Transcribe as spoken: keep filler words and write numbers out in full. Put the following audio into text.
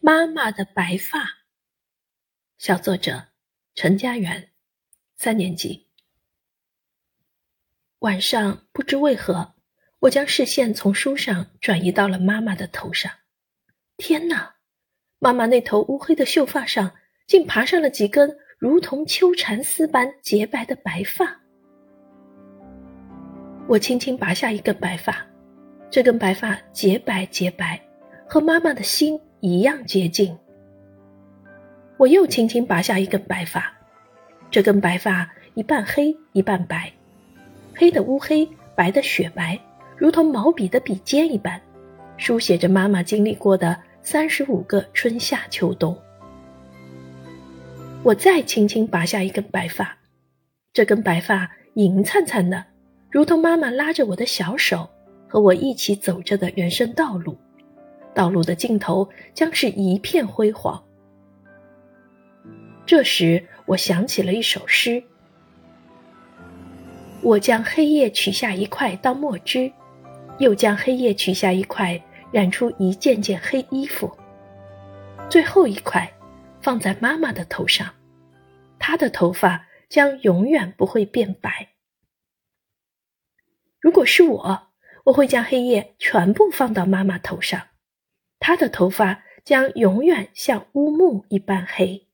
妈妈的白发，小作者陈家园，三年级。晚上不知为何，我将视线从书上转移到了妈妈的头上。天哪，妈妈那头乌黑的秀发上竟爬上了几根如同秋蝉丝般洁白的白发。我轻轻拔下一根白发，这根白发洁白洁白，和妈妈的心一样洁净。我又轻轻拔下一根白发，这根白发一半黑一半白，黑的乌黑，白的雪白，如同毛笔的笔尖一般，书写着妈妈经历过的三十五个春夏秋冬。我再轻轻拔下一根白发，这根白发银灿灿的，如同妈妈拉着我的小手，和我一起走着的人生道路，道路的尽头将是一片辉煌。这时我想起了一首诗：我将黑夜取下一块当墨汁，又将黑夜取下一块染出一件件黑衣服，最后一块放在妈妈的头上，她的头发将永远不会变白。如果是我，我会将黑夜全部放到妈妈头上，她的头发将永远像乌木一般黑。